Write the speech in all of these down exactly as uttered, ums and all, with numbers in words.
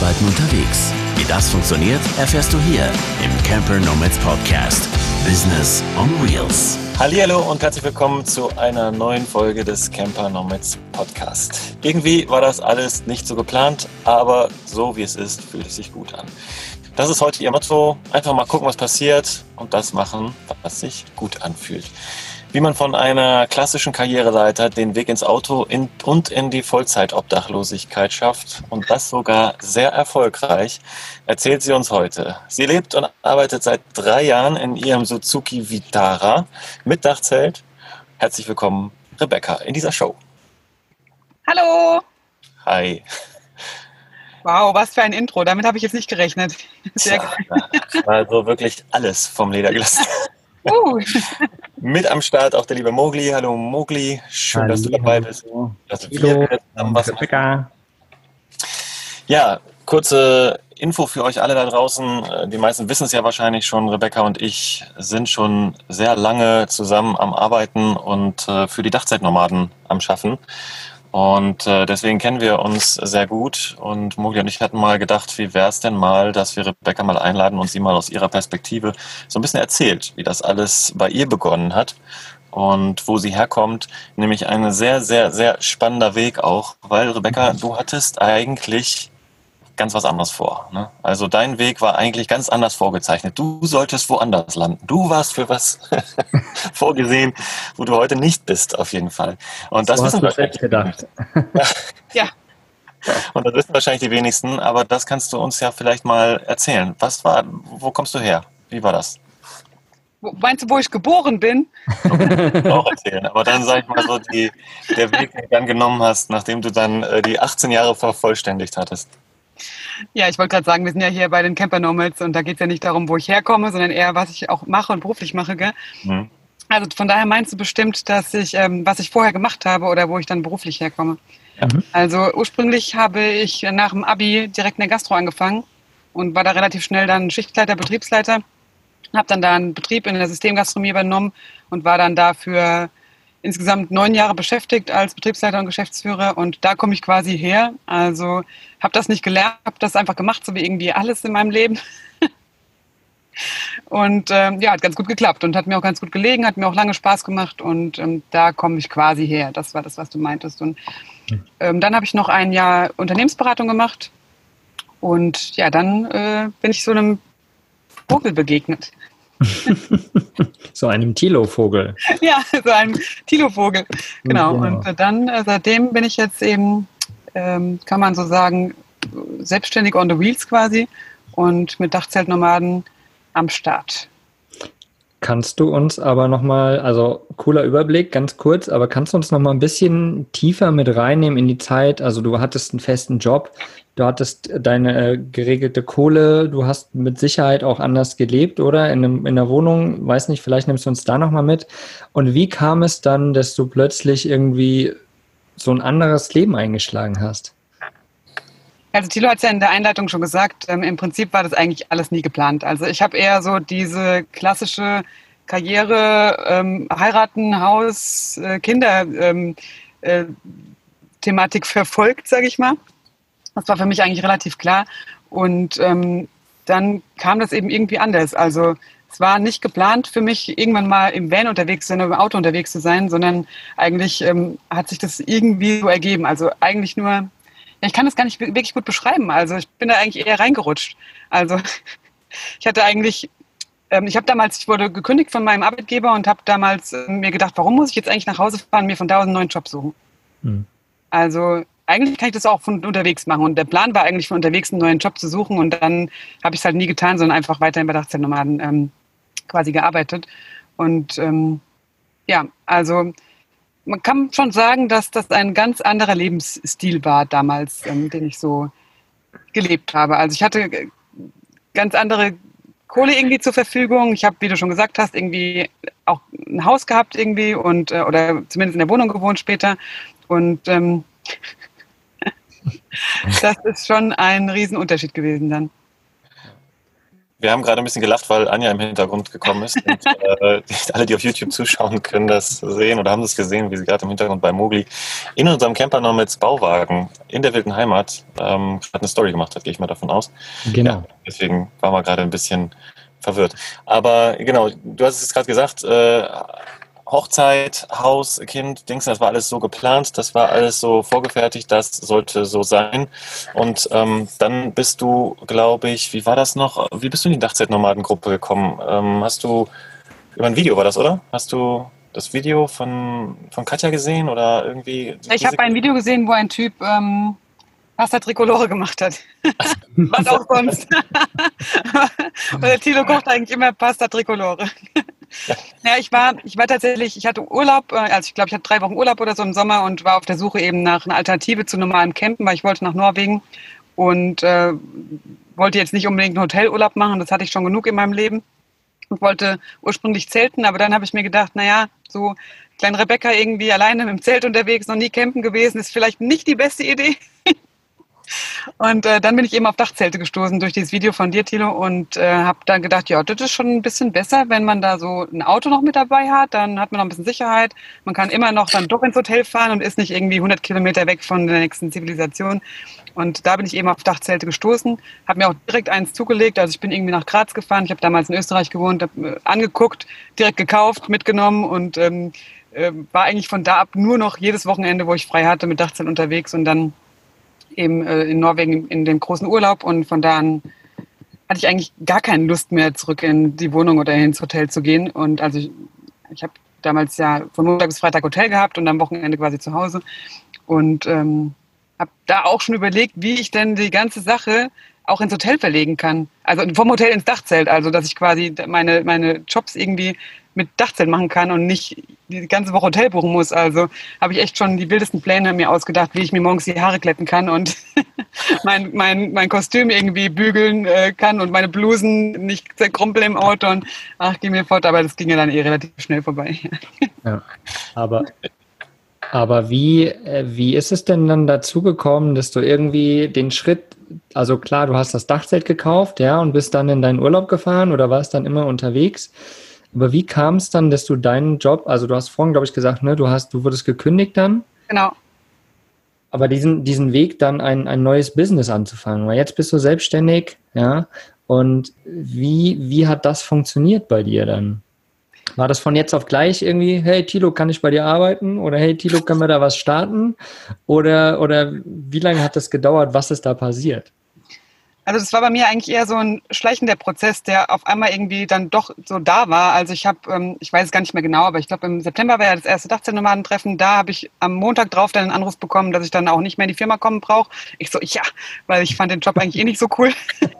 Arbeiten unterwegs. Wie das funktioniert, erfährst du hier im Camper Nomads Podcast. Business on Wheels. Hallihallo und herzlich willkommen zu einer neuen Folge des Camper Nomads Podcast. Irgendwie war das alles nicht so geplant, aber so wie es ist, fühlt es sich gut an. Das ist heute Ihr Motto. Einfach mal gucken, was passiert und das machen, was sich gut anfühlt. Wie man von einer klassischen Karriereleiter den Weg ins Auto in, und in die Vollzeitobdachlosigkeit schafft und das sogar sehr erfolgreich, erzählt sie uns heute. Sie lebt und arbeitet seit drei Jahren in ihrem Suzuki Vitara mit Dachzelt. Herzlich willkommen, Rebecca, in dieser Show. Hallo! Hi. Wow, was für ein Intro. Damit habe ich jetzt nicht gerechnet. Sehr Tja, also wirklich alles vom Leder gelassen. Uh. Mit am Start auch der liebe Mogli. Hallo Mogli, schön, Halli, dass du dabei hallo. bist. Dass wir Hallo, zusammen was Rebecca. Ja, kurze Info für euch alle da draußen. Die meisten wissen es ja wahrscheinlich schon. Rebecca und ich sind schon sehr lange zusammen am Arbeiten und äh, für die Dachzeitnomaden am Schaffen. Und äh, deswegen kennen wir uns sehr gut. Und Mogli und ich hatten mal gedacht, wie wäre es denn mal, dass wir Rebecca mal einladen und sie mal aus ihrer Perspektive so ein bisschen erzählt, wie das alles bei ihr begonnen hat und wo sie herkommt. Nämlich ein sehr, sehr, sehr spannender Weg auch, weil Rebecca, du hattest eigentlich ganz was anderes vor. Ne? Also dein Weg war eigentlich ganz anders vorgezeichnet. Du solltest woanders landen. Du warst für was vorgesehen, wo du heute nicht bist, auf jeden Fall. Und das So wissen hast du wahrscheinlich selbst gedacht. Ja. Und das wissen wahrscheinlich die wenigsten, aber das kannst du uns ja vielleicht mal erzählen. Was war, wo kommst du her? Wie war das? Wo- Meinst du, wo ich geboren bin? Auch erzählen. Aber dann sag ich mal so, die, der Weg, den du dann genommen hast, nachdem du dann äh, die achtzehn Jahre vervollständigt hattest. Ja, ich wollte gerade sagen, wir sind ja hier bei den Camper Nomads und da geht es ja nicht darum, wo ich herkomme, sondern eher, was ich auch mache und beruflich mache. Gell? Mhm. Also von daher meinst du bestimmt, dass ich, ähm, was ich vorher gemacht habe oder wo ich dann beruflich herkomme. Ja. Mhm. Also ursprünglich habe ich nach dem Abi direkt in der Gastro angefangen und war da relativ schnell dann Schichtleiter, Betriebsleiter. Habe dann da einen Betrieb in der Systemgastronomie übernommen und war dann dafür insgesamt neun Jahre beschäftigt als Betriebsleiter und Geschäftsführer und da komme ich quasi her. Also habe das nicht gelernt, habe das einfach gemacht, so wie irgendwie alles in meinem Leben. Und ähm, ja, hat ganz gut geklappt und hat mir auch ganz gut gelegen, hat mir auch lange Spaß gemacht und ähm, da komme ich quasi her. Das war das, was du meintest. Und ähm, dann habe ich noch ein Jahr Unternehmensberatung gemacht und ja, dann äh, bin ich so einem Vogel begegnet. So einem Tilo-Vogel. Ja, so einem Tilo-Vogel. Genau. Genau. Und äh, dann, äh, seitdem bin ich jetzt eben, ähm, kann man so sagen, selbstständig on the wheels quasi und mit Dachzeltnomaden am Start. Kannst du uns aber nochmal, also cooler Überblick, ganz kurz, aber kannst du uns nochmal ein bisschen tiefer mit reinnehmen in die Zeit? Also du hattest einen festen Job, du hattest deine äh, geregelte Kohle, du hast mit Sicherheit auch anders gelebt, oder? In, einem, in der Wohnung, weiß nicht, vielleicht nimmst du uns da nochmal mit. Und wie kam es dann, dass du plötzlich irgendwie so ein anderes Leben eingeschlagen hast? Also Thilo hat es ja in der Einleitung schon gesagt, ähm, im Prinzip war das eigentlich alles nie geplant. Also ich habe eher so diese klassische Karriere, ähm, heiraten, Haus, äh, Kinder ähm, äh, Thematik verfolgt, sage ich mal. Das war für mich eigentlich relativ klar. Und ähm, dann kam das eben irgendwie anders. Also es war nicht geplant für mich, irgendwann mal im Van unterwegs zu sein oder im Auto unterwegs zu sein, sondern eigentlich ähm, hat sich das irgendwie so ergeben. Also eigentlich nur, ja, ich kann das gar nicht wirklich gut beschreiben. Also ich bin da eigentlich eher reingerutscht. Also ich hatte eigentlich, ähm, ich habe damals, ich wurde gekündigt von meinem Arbeitgeber und habe damals äh, mir gedacht, warum muss ich jetzt eigentlich nach Hause fahren und mir von da aus einen neuen Job suchen? Hm. Also eigentlich kann ich das auch von unterwegs machen. Und der Plan war eigentlich von unterwegs einen neuen Job zu suchen. Und dann habe ich es halt nie getan, sondern einfach weiterhin bei Dachzeltnomaden ähm, quasi gearbeitet. Und ähm, ja, also man kann schon sagen, dass das ein ganz anderer Lebensstil war damals, ähm, den ich so gelebt habe. Also ich hatte ganz andere Kohle irgendwie zur Verfügung. Ich habe, wie du schon gesagt hast, irgendwie auch ein Haus gehabt irgendwie und äh, oder zumindest in der Wohnung gewohnt später. Und ähm, das ist schon ein Riesenunterschied gewesen dann. Wir haben gerade ein bisschen gelacht, weil Anja im Hintergrund gekommen ist. Und, äh, alle, die auf YouTube zuschauen, können das sehen oder haben das gesehen, wie sie gerade im Hintergrund bei Mogli in unserem Camper Nomads Bauwagen in der wilden Heimat ähm, eine Story gemacht hat, gehe ich mal davon aus. Genau. Ja, deswegen waren wir gerade ein bisschen verwirrt. Aber genau, du hast es jetzt gerade gesagt, äh, Hochzeit, Haus, Kind, Dings, das war alles so geplant, das war alles so vorgefertigt, das sollte so sein. Und ähm, dann bist du, glaube ich, wie war das noch? Wie bist du in die Dachzeltnomadengruppe gekommen? Ähm, hast du, über ein Video war das, oder? Hast du das Video von, von Katja gesehen oder irgendwie? Ich habe ein Video gesehen, wo ein Typ ähm, Pasta Tricolore gemacht hat. Was auch sonst. Der Thilo kocht eigentlich immer Pasta Tricolore. Ja, ich war, ich war tatsächlich, ich hatte Urlaub, also ich glaube, ich hatte drei Wochen Urlaub oder so im Sommer und war auf der Suche eben nach einer Alternative zu normalem Campen, weil ich wollte nach Norwegen und äh, wollte jetzt nicht unbedingt einen Hotelurlaub machen, das hatte ich schon genug in meinem Leben und wollte ursprünglich zelten, aber dann habe ich mir gedacht, naja, so kleine Rebecca irgendwie alleine mit dem Zelt unterwegs, noch nie campen gewesen, ist vielleicht nicht die beste Idee. Und äh, dann bin ich eben auf Dachzelte gestoßen durch dieses Video von dir, Thilo, und äh, habe dann gedacht, ja, das ist schon ein bisschen besser, wenn man da so ein Auto noch mit dabei hat, dann hat man noch ein bisschen Sicherheit, man kann immer noch dann doch ins Hotel fahren und ist nicht irgendwie hundert Kilometer weg von der nächsten Zivilisation. Und da bin ich eben auf Dachzelte gestoßen, habe mir auch direkt eins zugelegt, also ich bin irgendwie nach Graz gefahren, ich habe damals in Österreich gewohnt, habe äh, angeguckt, direkt gekauft, mitgenommen und ähm, äh, war eigentlich von da ab nur noch jedes Wochenende, wo ich frei hatte, mit Dachzelt unterwegs und dann eben äh, in Norwegen in dem großen Urlaub und von da an hatte ich eigentlich gar keine Lust mehr, zurück in die Wohnung oder ins Hotel zu gehen. Und also ich, ich habe damals ja von Montag bis Freitag Hotel gehabt und am Wochenende quasi zu Hause und ähm, habe da auch schon überlegt, wie ich denn die ganze Sache auch ins Hotel verlegen kann. Also vom Hotel ins Dachzelt, also dass ich quasi meine, meine Jobs irgendwie mit Dachzelt machen kann und nicht die ganze Woche Hotel buchen muss. Also habe ich echt schon die wildesten Pläne mir ausgedacht, wie ich mir morgens die Haare glätten kann und mein, mein, mein Kostüm irgendwie bügeln äh, kann und meine Blusen nicht zerkrumpeln im Auto und ach, geh mir fort, aber das ging ja dann eh relativ schnell vorbei. Ja, aber, aber wie, äh, wie ist es denn dann dazu gekommen, dass du irgendwie den Schritt, also klar, du hast das Dachzelt gekauft, ja, und bist dann in deinen Urlaub gefahren oder warst dann immer unterwegs. Aber wie kam es dann, dass du deinen Job, also du hast vorhin, glaube ich, gesagt, ne, du hast, du wurdest gekündigt dann? Genau. Aber diesen, diesen Weg dann ein, ein neues Business anzufangen, weil jetzt bist du selbstständig, ja, und wie, wie hat das funktioniert bei dir dann? War das von jetzt auf gleich irgendwie, hey Thilo, kann ich bei dir arbeiten? Oder hey Thilo, können wir da was starten? Oder, oder wie lange hat das gedauert? Was ist da passiert? Also das war bei mir eigentlich eher so ein schleichender Prozess, der auf einmal irgendwie dann doch so da war. Also ich habe, ähm, ich weiß es gar nicht mehr genau, aber ich glaube im September war ja das erste Dachzeltnomadentreffen. Da habe ich am Montag drauf dann einen Anruf bekommen, dass ich dann auch nicht mehr in die Firma kommen brauche. Ich so, ja, weil ich fand den Job eigentlich eh nicht so cool.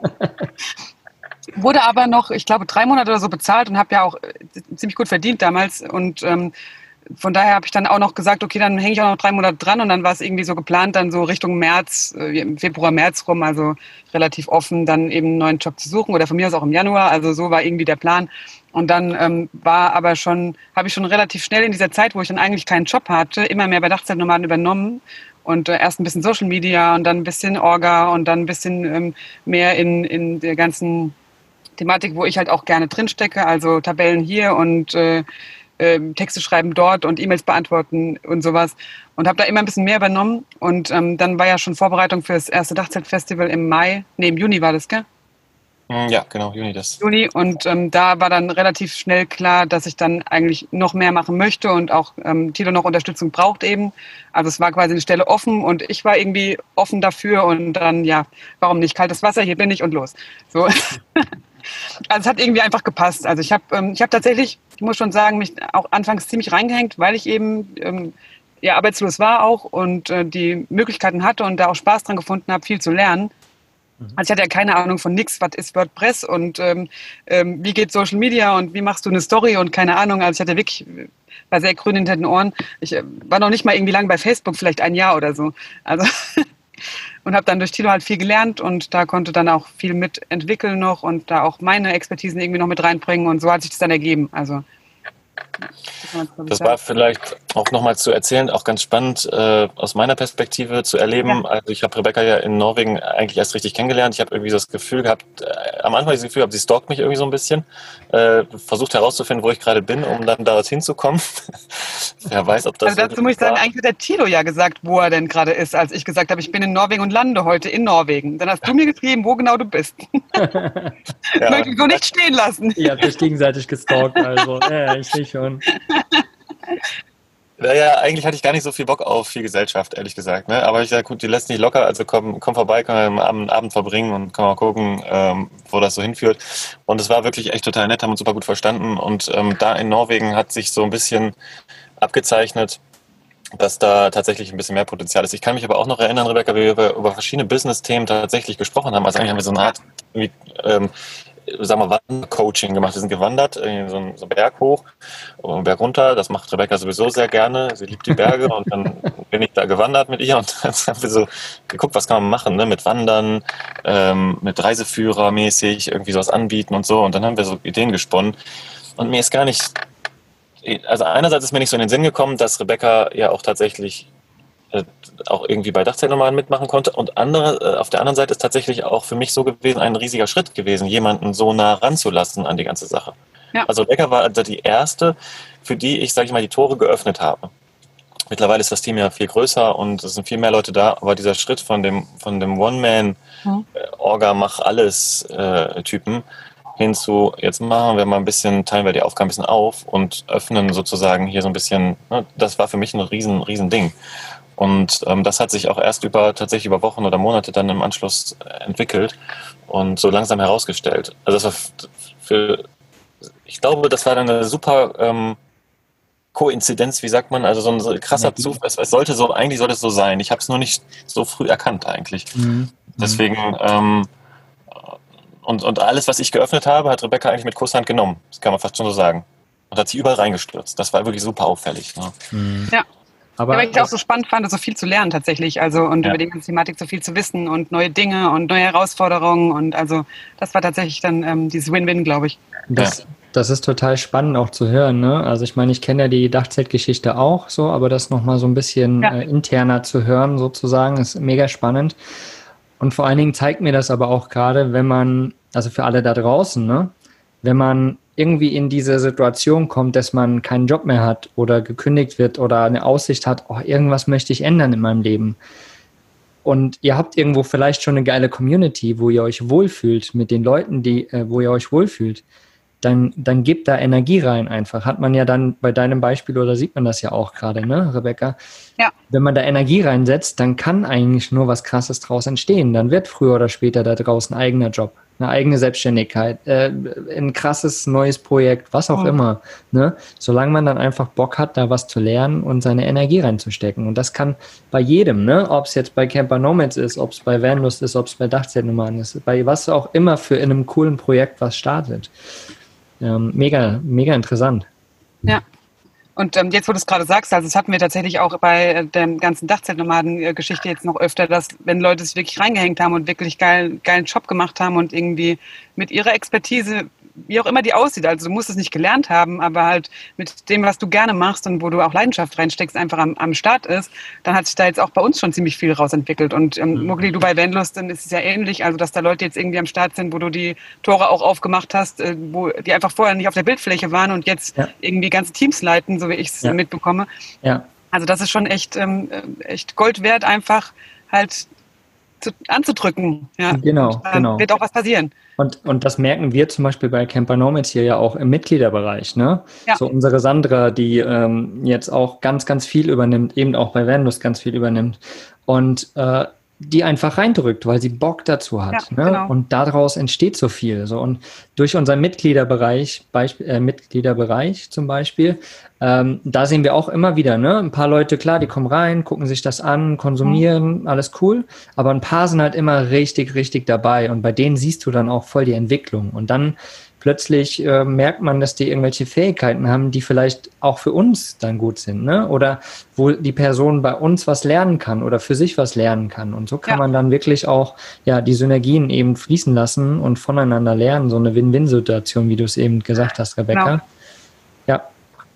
Wurde aber noch, ich glaube, drei Monate oder so bezahlt und habe ja auch ziemlich gut verdient damals. Und ähm, von daher habe ich dann auch noch gesagt, okay, dann hänge ich auch noch drei Monate dran. Und dann war es irgendwie so geplant, dann so Richtung März, äh, Februar, März rum, also relativ offen, dann eben einen neuen Job zu suchen. Oder von mir aus auch im Januar. Also so war irgendwie der Plan. Und dann ähm, war aber schon, habe ich schon relativ schnell in dieser Zeit, wo ich dann eigentlich keinen Job hatte, immer mehr bei Dachzeltnomaden übernommen. Und äh, erst ein bisschen Social Media und dann ein bisschen Orga und dann ein bisschen ähm, mehr in, in der ganzen Thematik, wo ich halt auch gerne drinstecke, also Tabellen hier und äh, äh, Texte schreiben dort und E-Mails beantworten und sowas. Und habe da immer ein bisschen mehr übernommen. Und ähm, dann war ja schon Vorbereitung für das erste Dachzeltfestival im Mai, nee, im Juni war das, gell? Ja, genau, Juni das. Juni und ähm, da war dann relativ schnell klar, dass ich dann eigentlich noch mehr machen möchte und auch ähm, Thilo noch Unterstützung braucht eben. Also es war quasi eine Stelle offen und ich war irgendwie offen dafür und dann, ja, warum nicht? Kaltes Wasser, hier bin ich und los. So. Also es hat irgendwie einfach gepasst. Also ich habe ähm, ich hab tatsächlich, ich muss schon sagen, mich auch anfangs ziemlich reingehängt, weil ich eben ähm, ja, arbeitslos war auch und äh, die Möglichkeiten hatte und da auch Spaß dran gefunden habe, viel zu lernen. Also ich hatte ja keine Ahnung von nix, was ist WordPress und ähm, ähm, wie geht Social Media und wie machst du eine Story und keine Ahnung. Also ich hatte wirklich, war sehr grün hinter den Ohren. Ich äh, war noch nicht mal irgendwie lang bei Facebook, vielleicht ein Jahr oder so. Also und habe dann durch Thilo halt viel gelernt und da konnte dann auch viel mitentwickeln noch und da auch meine Expertisen irgendwie noch mit reinbringen und so hat sich das dann ergeben. Also Das war vielleicht auch nochmal zu erzählen, auch ganz spannend äh, aus meiner Perspektive zu erleben. Ja. Also ich habe Rebecca ja in Norwegen eigentlich erst richtig kennengelernt. Ich habe irgendwie so das Gefühl gehabt, äh, am Anfang das Gefühl gehabt, sie stalkt mich irgendwie so ein bisschen. Äh, versucht herauszufinden, wo ich gerade bin, um dann dorthin zu kommen. Wer weiß, ob das... Also dazu muss ich sagen, eigentlich hat der Thilo ja gesagt, wo er denn gerade ist, als ich gesagt habe, ich bin in Norwegen und lande heute in Norwegen. Dann hast du mir geschrieben, wo genau du bist. Ja. Möchte ich so nicht stehen lassen. Ihr habt euch gegenseitig gestalkt, also ja, ich sehe schon. Naja, eigentlich hatte ich gar nicht so viel Bock auf viel Gesellschaft, ehrlich gesagt. Ne? Aber ich sage, gut, die lässt nicht locker, also komm, komm vorbei, können wir einen Abend verbringen und können mal gucken, ähm, wo das so hinführt. Und es war wirklich echt total nett, haben uns super gut verstanden. Und ähm, da in Norwegen hat sich so ein bisschen abgezeichnet, dass da tatsächlich ein bisschen mehr Potenzial ist. Ich kann mich aber auch noch erinnern, Rebecca, wie wir über, über verschiedene Business-Themen tatsächlich gesprochen haben. Also eigentlich haben wir so eine Art, wie, ähm, sagen wir, Wandercoaching gemacht. Wir sind gewandert, so einen, so einen Berg hoch, einen Berg runter. Das macht Rebecca sowieso sehr gerne. Sie liebt die Berge und dann bin ich da gewandert mit ihr und dann haben wir so geguckt, was kann man machen, ne? Mit Wandern, ähm, mit Reiseführer mäßig, irgendwie sowas anbieten und so. Und dann haben wir so Ideen gesponnen. Und mir ist gar nicht, also einerseits ist mir nicht so in den Sinn gekommen, dass Rebecca ja auch tatsächlich auch irgendwie bei Dachzeltnomaden mitmachen konnte. Und andere, auf der anderen Seite ist tatsächlich auch für mich so gewesen, ein riesiger Schritt gewesen, jemanden so nah ranzulassen an die ganze Sache. Ja. Also Rebecca war also die erste, für die ich, sage ich mal, die Tore geöffnet habe. Mittlerweile ist das Team ja viel größer und es sind viel mehr Leute da, aber dieser Schritt von dem, von dem One-Man-Orga-Mach-Alles-Typen hin zu, jetzt machen wir mal ein bisschen, teilen wir die Aufgaben ein bisschen auf und öffnen sozusagen hier so ein bisschen, ne, das war für mich ein riesen, riesen Ding. Und ähm, das hat sich auch erst über tatsächlich über Wochen oder Monate dann im Anschluss entwickelt und so langsam herausgestellt. Also das war für, ich glaube, das war dann eine super ähm, Koinzidenz, wie sagt man, also so ein krasser Zufall. Es, es sollte so, eigentlich sollte es so sein. Ich habe es nur nicht so früh erkannt eigentlich. Mhm. Deswegen ähm, und, und alles, was ich geöffnet habe, hat Rebecca eigentlich mit Kusshand genommen. Das kann man fast schon so sagen. Und hat sie überall reingestürzt. Das war wirklich super auffällig. Ne? Mhm. Ja. Aber ja, weil ich auch so spannend fand, so viel zu lernen tatsächlich, also und ja. über die ganze Thematik so viel zu wissen und neue Dinge und neue Herausforderungen und also das war tatsächlich dann ähm, dieses Win-Win, glaube ich. Das, ja. das ist total spannend auch zu hören, ne? Also ich meine, ich kenne ja die Dachzeltgeschichte auch so, aber das nochmal so ein bisschen ja. äh, interner zu hören sozusagen, ist mega spannend und vor allen Dingen zeigt mir das aber auch gerade, wenn man, also für alle da draußen, ne, wenn man irgendwie in diese Situation kommt, dass man keinen Job mehr hat oder gekündigt wird oder eine Aussicht hat, oh, irgendwas möchte ich ändern in meinem Leben. Und ihr habt irgendwo vielleicht schon eine geile Community, wo ihr euch wohlfühlt mit den Leuten, die, äh, wo ihr euch wohlfühlt, dann, dann gebt da Energie rein einfach. Hat man ja dann bei deinem Beispiel oder sieht man das ja auch gerade, ne, Rebecca? Ja. Wenn man da Energie reinsetzt, dann kann eigentlich nur was Krasses draus entstehen. Dann wird früher oder später da draußen ein eigener Job, eine eigene Selbstständigkeit, äh, ein krasses neues Projekt, was auch mhm. immer. Ne? Solange man dann einfach Bock hat, da was zu lernen und seine Energie reinzustecken. Und das kann bei jedem, ne? Ob es jetzt bei Camper Nomads ist, ob es bei Vanlust ist, ob es bei Dachzeltnomaden ist, bei was auch immer für in einem coolen Projekt was startet. Ähm, mega, mega interessant. Ja. Und ähm, jetzt, wo du es gerade sagst, also das hatten wir tatsächlich auch bei äh, der ganzen Dachzeltnomaden-Geschichte jetzt noch öfter, dass wenn Leute es wirklich reingehängt haben und wirklich geil, geilen Job gemacht haben und irgendwie mit ihrer Expertise, wie auch immer die aussieht, also du musst es nicht gelernt haben, aber halt mit dem, was du gerne machst und wo du auch Leidenschaft reinsteckst, einfach am, am Start ist, dann hat sich da jetzt auch bei uns schon ziemlich viel rausentwickelt. Und ähm, mhm. Mogli, du bei Vanlust, dann ist es ja ähnlich, also dass da Leute jetzt irgendwie am Start sind, wo du die Tore auch aufgemacht hast, äh, wo die einfach vorher nicht auf der Bildfläche waren und jetzt ja. irgendwie ganze Teams leiten, so wie ich es ja. mitbekomme. Ja. Also das ist schon echt, ähm, echt Gold wert, einfach halt zu, anzudrücken. Ja. Genau, dann genau. wird auch was passieren. Und, und das merken wir zum Beispiel bei Camper Nomads hier ja auch im Mitgliederbereich. Ne? Ja. So unsere Sandra, die ähm, jetzt auch ganz, ganz viel übernimmt, eben auch bei Vanlust ganz viel übernimmt und äh, die einfach reindrückt, weil sie Bock dazu hat. Ja, ne? Genau. Und daraus entsteht so viel. So. Und durch unseren Mitgliederbereich, Beispiel, äh, Mitgliederbereich zum Beispiel, ähm, da sehen wir auch immer wieder, ne? Ein paar Leute, klar, die kommen rein, gucken sich das an, konsumieren, mhm. alles cool. Aber ein paar sind halt immer richtig, richtig dabei. Und bei denen siehst du dann auch voll die Entwicklung. Und dann plötzlich äh, merkt man, dass die irgendwelche Fähigkeiten haben, die vielleicht auch für uns dann gut sind, ne? Oder wo die Person bei uns was lernen kann oder für sich was lernen kann. Und so kann ja. man dann wirklich auch ja die Synergien eben fließen lassen und voneinander lernen. So eine Win-Win-Situation, wie du es eben gesagt hast, Rebecca. Genau. Ja.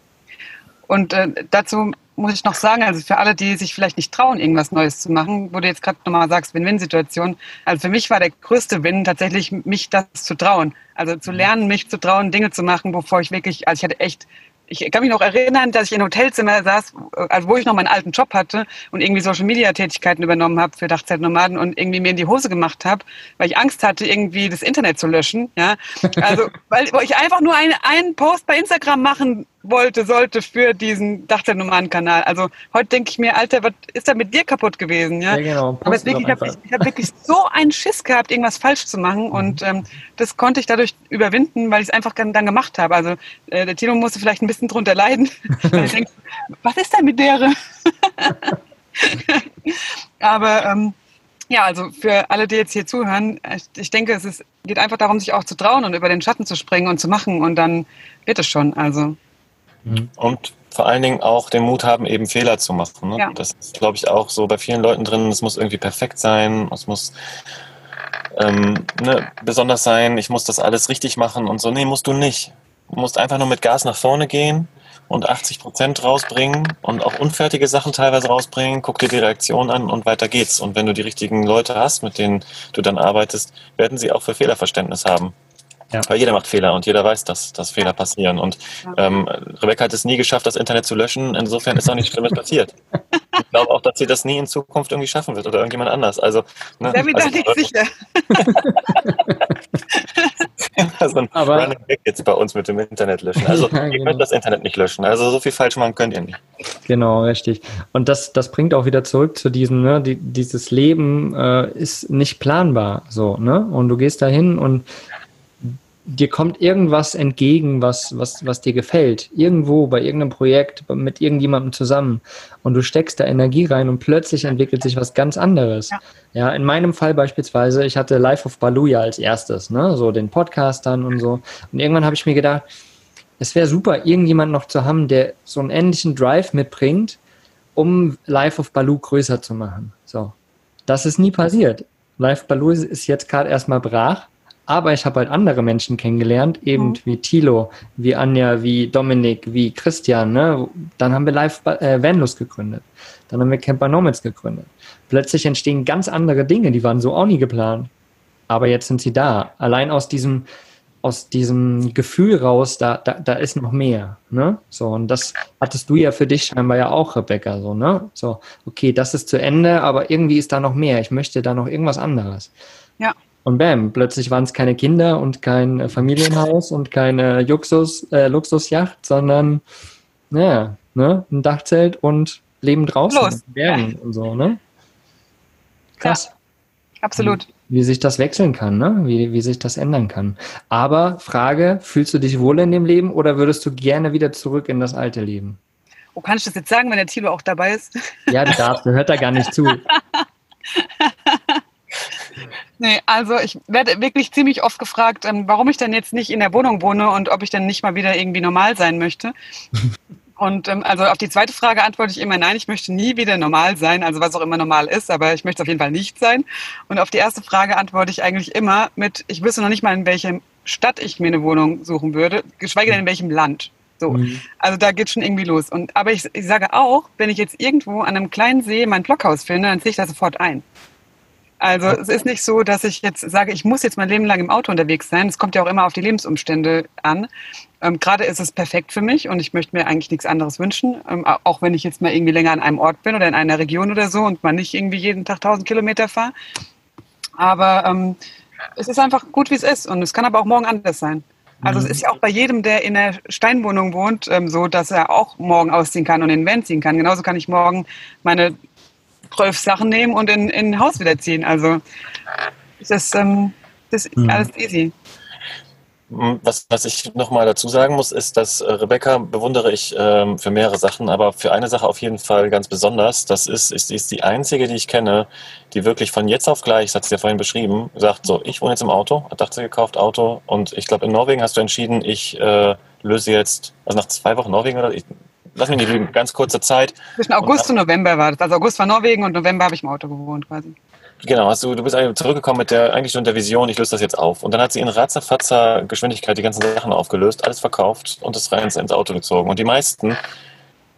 Und äh, dazu muss ich noch sagen, also für alle, die sich vielleicht nicht trauen, irgendwas Neues zu machen, wo du jetzt gerade nochmal sagst, Win-Win-Situation. Also für mich war der größte Win tatsächlich, mich das zu trauen. Also zu lernen, mich zu trauen, Dinge zu machen, bevor ich wirklich, also ich hatte echt, ich kann mich noch erinnern, dass ich in Hotelzimmer saß, also wo ich noch meinen alten Job hatte und irgendwie Social-Media-Tätigkeiten übernommen habe für Dachzeltnomaden und irgendwie mir in die Hose gemacht habe, weil ich Angst hatte, irgendwie das Internet zu löschen. Ja? Also weil ich einfach nur einen, einen Post bei Instagram machen wollte, sollte für diesen Dachzeltnomaden-Kanal. Also heute denke ich mir, Alter, was ist da mit dir kaputt gewesen? Ja, ja genau. aber es wirklich, ich habe hab wirklich so einen Schiss gehabt, irgendwas falsch zu machen mhm. und ähm, das konnte ich dadurch überwinden, weil ich es einfach dann gemacht habe. Also äh, der Tino musste vielleicht ein bisschen drunter leiden, weil ich denke, was ist denn mit der? Aber ähm, ja, also für alle, die jetzt hier zuhören, ich, ich denke, es ist, geht einfach darum, sich auch zu trauen und über den Schatten zu springen und zu machen und dann wird es schon. Also und vor allen Dingen auch den Mut haben, eben Fehler zu machen. Ne? Ja. Das ist, glaube ich, auch so bei vielen Leuten drin. Es muss irgendwie perfekt sein, es muss ähm, ne, besonders sein, ich muss das alles richtig machen und so. Nee, musst du nicht. Du musst einfach nur mit Gas nach vorne gehen und achtzig Prozent rausbringen und auch unfertige Sachen teilweise rausbringen. Guck dir die Reaktion an und weiter geht's. Und wenn du die richtigen Leute hast, mit denen du dann arbeitest, werden sie auch für Fehlerverständnis haben. Ja. Weil jeder macht Fehler und jeder weiß, dass, dass Fehler passieren. Und ähm, Rebecca hat es nie geschafft, das Internet zu löschen. Insofern ist auch nichts Schlimmes passiert. Ich glaube auch, dass sie das nie in Zukunft irgendwie schaffen wird oder irgendjemand anders. Also, ne, wäre mir also, da nicht sicher. so ein Aber Running Back jetzt bei uns mit dem Internet löschen. Also ja, ihr genau. könnt das Internet nicht löschen. Also so viel falsch machen könnt ihr nicht. Genau, richtig. Und das, das bringt auch wieder zurück zu diesem, ne, die, dieses Leben äh, ist nicht planbar. So, ne? Und du gehst dahin und dir kommt irgendwas entgegen, was, was, was dir gefällt. Irgendwo, bei irgendeinem Projekt, mit irgendjemandem zusammen. Und du steckst da Energie rein und plötzlich entwickelt sich was ganz anderes. Ja, ja in meinem Fall beispielsweise, ich hatte Life of Baloo ja als erstes, ne? So den Podcast dann und so. Und irgendwann habe ich mir gedacht, es wäre super, irgendjemand noch zu haben, der so einen ähnlichen Drive mitbringt, um Life of Baloo größer zu machen. So. Das ist nie passiert. Life of Baloo ist jetzt gerade erstmal brach. Aber ich habe halt andere Menschen kennengelernt, eben mhm. wie Thilo, wie Anja, wie Dominik, wie Christian. Ne? Dann haben wir Live äh, Vanlust gegründet. Dann haben wir Camper Nomads gegründet. Plötzlich entstehen ganz andere Dinge, die waren so auch nie geplant. Aber jetzt sind sie da. Allein aus diesem, aus diesem Gefühl raus, da, da, da ist noch mehr. Ne? So, und das hattest du ja für dich scheinbar ja auch, Rebecca. So, ne? So, okay, das ist zu Ende, aber irgendwie ist da noch mehr. Ich möchte da noch irgendwas anderes. Ja. Und bam, plötzlich waren es keine Kinder und kein Familienhaus und keine Luxus, äh, Luxusjacht, sondern naja, ne, ein Dachzelt und Leben draußen in den Bergen ja. und so, ne? Krass. Ja, absolut. Wie, wie sich das wechseln kann, ne? Wie, wie sich das ändern kann. Aber Frage, fühlst du dich wohl in dem Leben oder würdest du gerne wieder zurück in das alte Leben? Oh, kann ich das jetzt sagen, wenn der Thilo auch dabei ist? Ja, du darfst, der hört da gar nicht zu. Nee, also ich werde wirklich ziemlich oft gefragt, warum ich denn jetzt nicht in der Wohnung wohne und ob ich denn nicht mal wieder irgendwie normal sein möchte. Und also auf die zweite Frage antworte ich immer, nein, ich möchte nie wieder normal sein, also was auch immer normal ist, aber ich möchte auf jeden Fall nicht sein. Und auf die erste Frage antworte ich eigentlich immer mit, ich wüsste noch nicht mal, in welcher Stadt ich mir eine Wohnung suchen würde, geschweige denn in welchem Land. So, mhm. Also da geht schon irgendwie los. Und aber ich, ich sage auch, wenn ich jetzt irgendwo an einem kleinen See mein Blockhaus finde, dann ziehe ich da sofort ein. Also es ist nicht so, dass ich jetzt sage, ich muss jetzt mein Leben lang im Auto unterwegs sein. Es kommt ja auch immer auf die Lebensumstände an. Ähm, gerade ist es perfekt für mich und ich möchte mir eigentlich nichts anderes wünschen. Ähm, auch wenn ich jetzt mal irgendwie länger an einem Ort bin oder in einer Region oder so und mal nicht irgendwie jeden Tag tausend Kilometer fahre. Aber ähm, es ist einfach gut, wie es ist. Und es kann aber auch morgen anders sein. Also mhm. es ist ja auch bei jedem, der in einer Steinwohnung wohnt, ähm, so, dass er auch morgen ausziehen kann und in den Van ziehen kann. Genauso kann ich morgen meine zwölf Sachen nehmen und in, in ein Haus wieder ziehen. Also das, ähm, das ist mhm. alles easy. Was, was ich nochmal dazu sagen muss, ist, dass äh, Rebecca bewundere ich ähm, für mehrere Sachen, aber für eine Sache auf jeden Fall ganz besonders. Das ist, ist, ist die einzige, die ich kenne, die wirklich von jetzt auf gleich, das hat sie ja vorhin beschrieben, sagt so, ich wohne jetzt im Auto, hat dachte gekauft Auto und ich glaube in Norwegen hast du entschieden, ich äh, löse jetzt, also nach zwei Wochen Norwegen oder ich, lass mich nicht lügen, ganz kurze Zeit. Zwischen August und, und November war das. Also August war Norwegen und November habe ich im Auto gewohnt quasi. Genau, hast du, du bist eigentlich zurückgekommen mit der eigentlich schon der Vision, ich löse das jetzt auf. Und dann hat sie in ratzer-fatzer Geschwindigkeit die ganzen Sachen aufgelöst, alles verkauft und das rein ins Auto gezogen. Und die meisten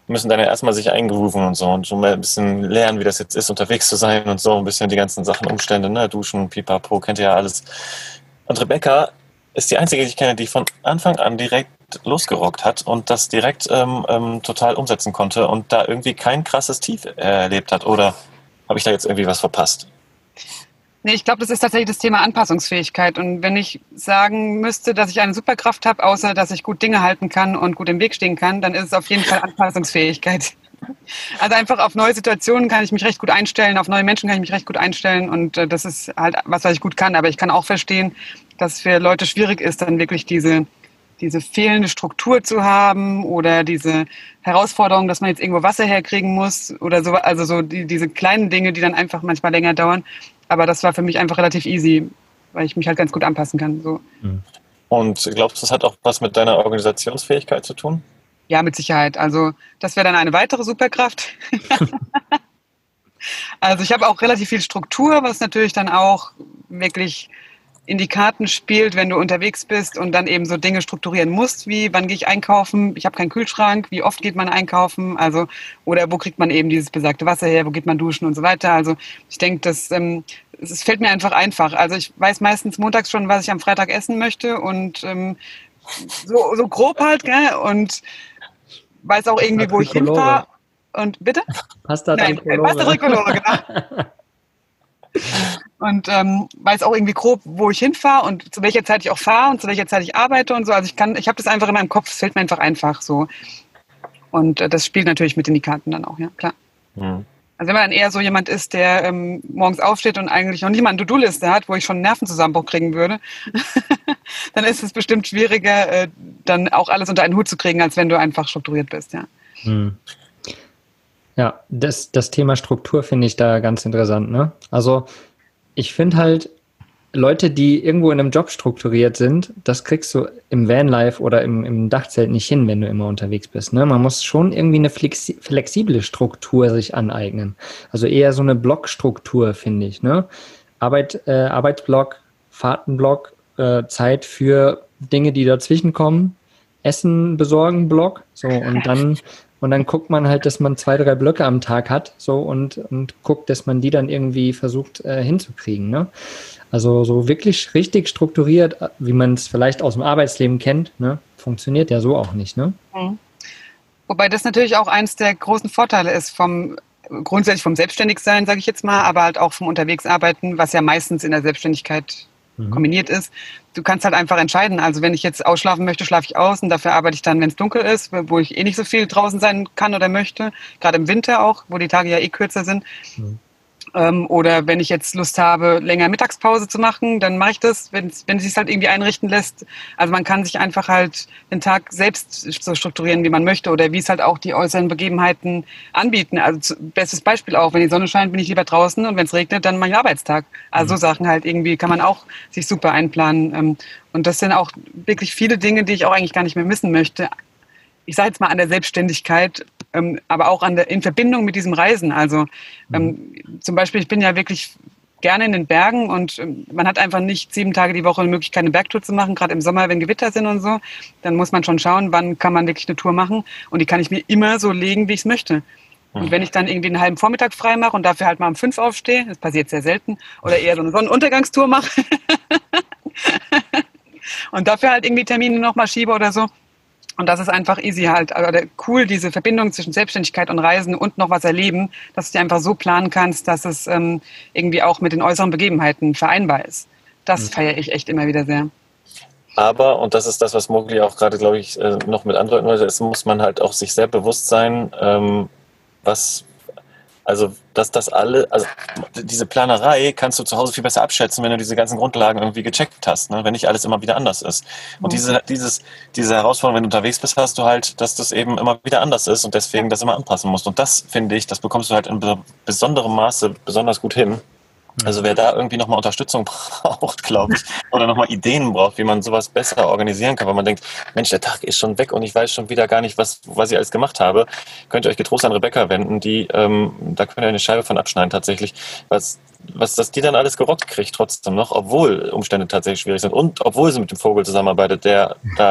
müssen dann ja erstmal sich eingrooven und so und schon mal ein bisschen lernen, wie das jetzt ist, unterwegs zu sein und so, ein bisschen die ganzen Sachen, Umstände, ne, Duschen, Pipapo, kennt ihr ja alles. Und Rebecca ist die einzige, die ich kenne, die von Anfang an direkt losgerockt hat und das direkt ähm, ähm, total umsetzen konnte und da irgendwie kein krasses Tief erlebt hat. Oder habe ich da jetzt irgendwie was verpasst? Nee, ich glaube, das ist tatsächlich das Thema Anpassungsfähigkeit. Und wenn ich sagen müsste, dass ich eine Superkraft habe, außer dass ich gut Dinge halten kann und gut im Weg stehen kann, dann ist es auf jeden Fall Anpassungsfähigkeit. Also einfach auf neue Situationen kann ich mich recht gut einstellen, auf neue Menschen kann ich mich recht gut einstellen und äh, das ist halt was, was ich gut kann. Aber ich kann auch verstehen, dass es für Leute schwierig ist, dann wirklich diese, diese fehlende Struktur zu haben oder diese Herausforderung, dass man jetzt irgendwo Wasser herkriegen muss oder so. Also so die, diese kleinen Dinge, die dann einfach manchmal länger dauern. Aber das war für mich einfach relativ easy, weil ich mich halt ganz gut anpassen kann. So. Und glaubst du, das hat auch was mit deiner Organisationsfähigkeit zu tun? Ja, mit Sicherheit. Also das wäre dann eine weitere Superkraft. Also ich habe auch relativ viel Struktur, was natürlich dann auch wirklich in die Karten spielt, wenn du unterwegs bist und dann eben so Dinge strukturieren musst, wie wann gehe ich einkaufen, ich habe keinen Kühlschrank, wie oft geht man einkaufen, also oder wo kriegt man eben dieses besagte Wasser her, wo geht man duschen und so weiter. Also ich denke, das, ähm, es fällt mir einfach einfach. Also ich weiß meistens montags schon, was ich am Freitag essen möchte und ähm, so, so grob halt, gell? Und weiß auch irgendwie, wo ich hinfahre. Und bitte? Pasta Tricolore. Pasta Tricolore, genau. Und ähm, weiß auch irgendwie grob, wo ich hinfahre und zu welcher Zeit ich auch fahre und zu welcher Zeit ich arbeite und so. Also ich kann, ich habe das einfach in meinem Kopf, es fällt mir einfach einfach so. Und äh, das spielt natürlich mit in die Karten dann auch, ja, klar. Mhm. Also wenn man dann eher so jemand ist, der ähm, morgens aufsteht und eigentlich noch nicht mal eine To-Do-Liste hat, wo ich schon einen Nervenzusammenbruch kriegen würde, dann ist es bestimmt schwieriger, äh, dann auch alles unter einen Hut zu kriegen, als wenn du einfach strukturiert bist, ja. Mhm. Ja, das, das Thema Struktur finde ich da ganz interessant, ne? Also ich finde halt, Leute, die irgendwo in einem Job strukturiert sind, das kriegst du im Vanlife oder im, im Dachzelt nicht hin, wenn du immer unterwegs bist, ne? Man muss schon irgendwie eine flexi- flexible Struktur sich aneignen. Also eher so eine Blockstruktur, finde ich, ne? Arbeit, äh, Arbeitsblock, Fahrtenblock, äh, Zeit für Dinge, die dazwischen kommen, Essen besorgen Block, so und dann Und dann guckt man halt, dass man zwei, drei Blöcke am Tag hat, so und, und guckt, dass man die dann irgendwie versucht äh, hinzukriegen, ne? Also so wirklich richtig strukturiert, wie man es vielleicht aus dem Arbeitsleben kennt, ne? Funktioniert ja so auch nicht, ne? Mhm. Wobei das natürlich auch eins der großen Vorteile ist vom grundsätzlich vom Selbstständigsein, sage ich jetzt mal, aber halt auch vom Unterwegsarbeiten, was ja meistens in der Selbstständigkeit mhm. kombiniert ist. Du kannst halt einfach entscheiden. Also wenn ich jetzt ausschlafen möchte, schlafe ich aus und dafür arbeite ich dann, wenn es dunkel ist, wo ich eh nicht so viel draußen sein kann oder möchte. Gerade im Winter auch, wo die Tage ja eh kürzer sind. Mhm. Ähm, oder wenn ich jetzt Lust habe, länger Mittagspause zu machen, dann mache ich das, wenn es sich halt irgendwie einrichten lässt. Also man kann sich einfach halt den Tag selbst so strukturieren, wie man möchte oder wie es halt auch die äußeren Begebenheiten anbieten. Also bestes Beispiel auch, wenn die Sonne scheint, bin ich lieber draußen und wenn es regnet, dann mache ich Arbeitstag. Also mhm. so Sachen halt irgendwie kann man auch sich super einplanen. Und das sind auch wirklich viele Dinge, die ich auch eigentlich gar nicht mehr missen möchte. Ich sage jetzt mal an der Selbstständigkeit, ähm, aber auch an der, in Verbindung mit diesem Reisen. Also ähm, mhm. zum Beispiel, ich bin ja wirklich gerne in den Bergen und ähm, man hat einfach nicht sieben Tage die Woche eine Möglichkeit, eine Bergtour zu machen, gerade im Sommer, wenn Gewitter sind und so. Dann muss man schon schauen, wann kann man wirklich eine Tour machen und die kann ich mir immer so legen, wie ich es möchte. Mhm. Und wenn ich dann irgendwie einen halben Vormittag frei mache und dafür halt mal um fünf aufstehe, das passiert sehr selten, oder eher so eine Sonnenuntergangstour mache und dafür halt irgendwie Termine nochmal schiebe oder so, und das ist einfach easy halt, also cool, diese Verbindung zwischen Selbstständigkeit und Reisen und noch was erleben, dass du dir einfach so planen kannst, dass es ähm, irgendwie auch mit den äußeren Begebenheiten vereinbar ist. Das mhm. feiere ich echt immer wieder sehr. Aber, und das ist das, was Mowgli auch gerade, glaube ich, noch mit andeuten wollte, es muss man halt auch sich sehr bewusst sein, ähm, was... Also, dass das alle, also diese Planerei kannst du zu Hause viel besser abschätzen, wenn du diese ganzen Grundlagen irgendwie gecheckt hast, ne? Wenn nicht alles immer wieder anders ist. Und diese, dieses, diese Herausforderung, wenn du unterwegs bist, hast du halt, dass das eben immer wieder anders ist und deswegen das immer anpassen musst. Und das, finde ich, das bekommst du halt in besonderem Maße besonders gut hin. Also wer da irgendwie nochmal Unterstützung braucht, glaube ich, oder nochmal Ideen braucht, wie man sowas besser organisieren kann, weil man denkt, Mensch, der Tag ist schon weg und ich weiß schon wieder gar nicht, was, was ich alles gemacht habe, könnt ihr euch getrost an Rebecca wenden, die, ähm, da könnt ihr eine Scheibe von abschneiden tatsächlich, was, was dass die dann alles gerockt kriegt trotzdem noch, obwohl Umstände tatsächlich schwierig sind und obwohl sie mit dem Vogel zusammenarbeitet, der da